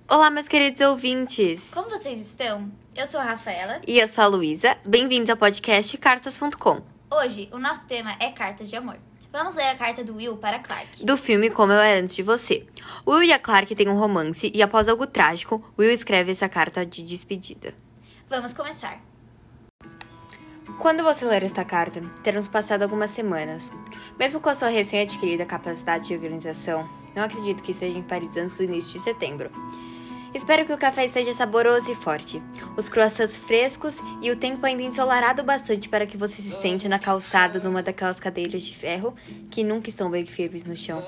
Olá, meus queridos ouvintes! Como vocês estão? Eu sou a Rafaela. E eu sou a Luísa. Bem-vindos ao podcast Cartas.com. Hoje, o nosso tema é cartas de amor. Vamos ler a carta do Will para Clark. Do filme Como Eu Era Antes de Você. Will e a Clark têm um romance e, após algo trágico, Will escreve essa carta de despedida. Vamos começar. Quando você ler esta carta, terão passado algumas semanas. Mesmo com a sua recém-adquirida capacidade de organização, não acredito que esteja em Paris antes do início de setembro. Espero que o café esteja saboroso e forte, os croissants frescos e o tempo ainda ensolarado bastante para que você se sente na calçada numa daquelas cadeiras de ferro que nunca estão bem firmes no chão.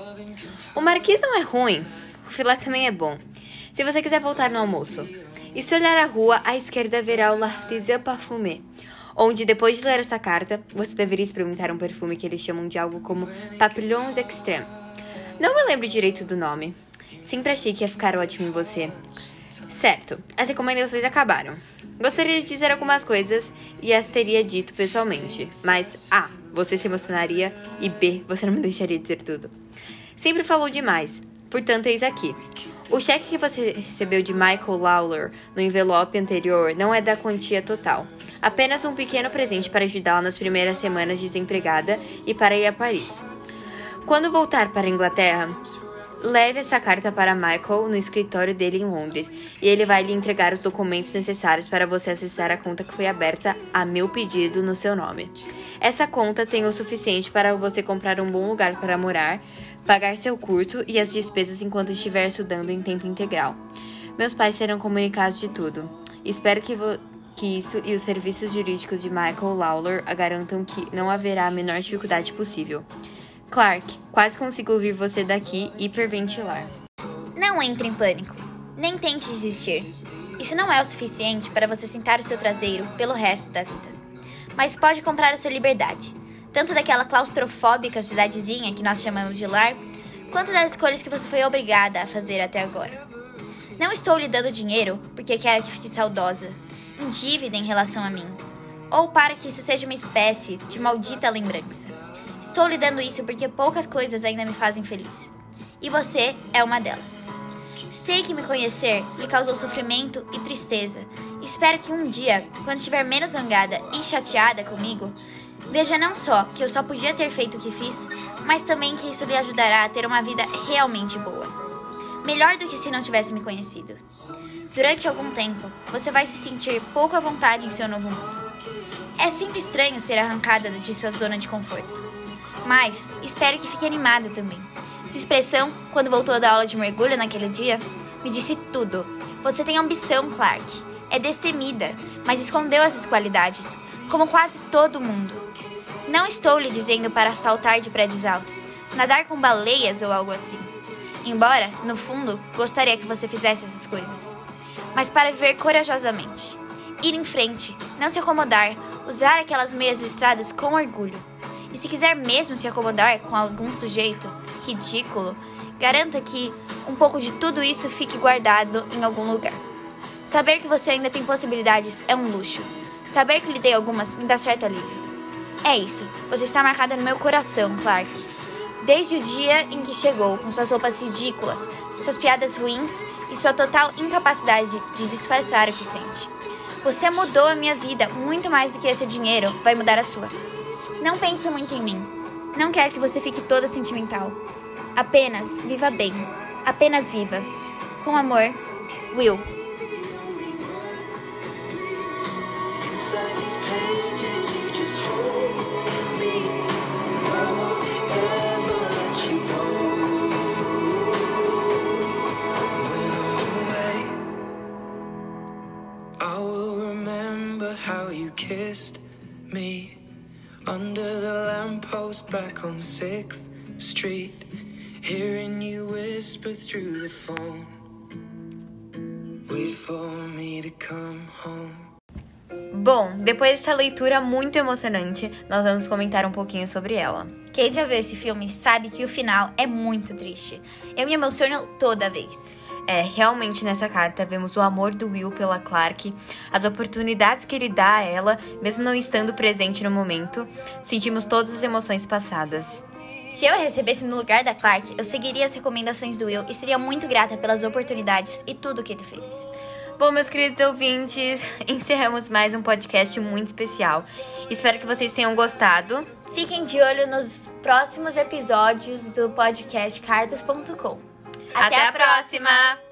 O marquês não é ruim, o filé também é bom. Se você quiser voltar no almoço. E se olhar a rua, à esquerda verá o L'Artisan Parfumé, onde depois de ler essa carta, você deveria experimentar um perfume que eles chamam de algo como Papillons Extrêmes. Não me lembro direito do nome. Sempre achei que ia ficar ótimo em você. Certo, as recomendações acabaram. Gostaria de dizer algumas coisas e as teria dito pessoalmente, mas A, você se emocionaria e B, você não me deixaria dizer tudo. Sempre falou demais, portanto eis aqui. O cheque que você recebeu de Michael Lawler no envelope anterior não é da quantia total. Apenas um pequeno presente para ajudá-la nas primeiras semanas de desempregada e para ir a Paris. Quando voltar para a Inglaterra, leve essa carta para Michael no escritório dele em Londres e ele vai lhe entregar os documentos necessários para você acessar a conta que foi aberta a meu pedido no seu nome. Essa conta tem o suficiente para você comprar um bom lugar para morar, pagar seu curso e as despesas enquanto estiver estudando em tempo integral. Meus pais serão comunicados de tudo. Espero que isso e os serviços jurídicos de Michael Lawler garantam que não haverá a menor dificuldade possível. Clark, quase consigo ouvir você daqui hiperventilar. Não entre em pânico. Nem tente desistir. Isso não é o suficiente para você sentar o seu traseiro pelo resto da vida. Mas pode comprar a sua liberdade. Tanto daquela claustrofóbica cidadezinha que nós chamamos de lar, quanto das escolhas que você foi obrigada a fazer até agora. Não estou lhe dando dinheiro porque quero que fique saudosa, em dívida em relação a mim, ou para que isso seja uma espécie de maldita lembrança. Estou lhe dando isso porque poucas coisas ainda me fazem feliz. E você é uma delas. Sei que me conhecer lhe causou sofrimento e tristeza. Espero que um dia, quando estiver menos zangada e chateada comigo, veja não só que eu só podia ter feito o que fiz, mas também que isso lhe ajudará a ter uma vida realmente boa. Melhor do que se não tivesse me conhecido. Durante algum tempo, você vai se sentir pouco à vontade em seu novo mundo. É sempre estranho ser arrancada de sua zona de conforto. Mas espero que fique animada também. Sua expressão, quando voltou da aula de mergulho naquele dia, me disse tudo. Você tem ambição, Clark. É destemida, mas escondeu essas qualidades, como quase todo mundo. Não estou lhe dizendo para saltar de prédios altos, nadar com baleias ou algo assim. Embora, no fundo, gostaria que você fizesse essas coisas. Mas para viver corajosamente. Ir em frente, não se acomodar, usar aquelas meias listradas com orgulho. E se quiser mesmo se acomodar com algum sujeito ridículo, garanta que um pouco de tudo isso fique guardado em algum lugar. Saber que você ainda tem possibilidades é um luxo. Saber que lhe dei algumas me dá certo alívio. É isso, você está marcada no meu coração, Clark. Desde o dia em que chegou, com suas roupas ridículas, suas piadas ruins e sua total incapacidade de disfarçar o que sente. Você mudou a minha vida muito mais do que esse dinheiro vai mudar a sua. Não pense muito em mim. Não quero que você fique toda sentimental. Apenas viva bem. Apenas viva. Com amor, Will. I will remember how you kissed me under the lamppost back on 6th Street, hearing you whisper through the phone, wait for me to come home. Bom, depois dessa leitura muito emocionante, nós vamos comentar um pouquinho sobre ela. Quem já viu esse filme sabe que o final é muito triste. Eu me emociono toda vez. Realmente nessa carta vemos o amor do Will pela Clark, as oportunidades que ele dá a ela, mesmo não estando presente no momento, sentimos todas as emoções passadas. Se eu a recebesse no lugar da Clark, eu seguiria as recomendações do Will e seria muito grata pelas oportunidades e tudo que ele fez. Bom, meus queridos ouvintes, encerramos mais um podcast muito especial. Espero que vocês tenham gostado. Fiquem de olho nos próximos episódios do podcast cartas.com. Até a próxima!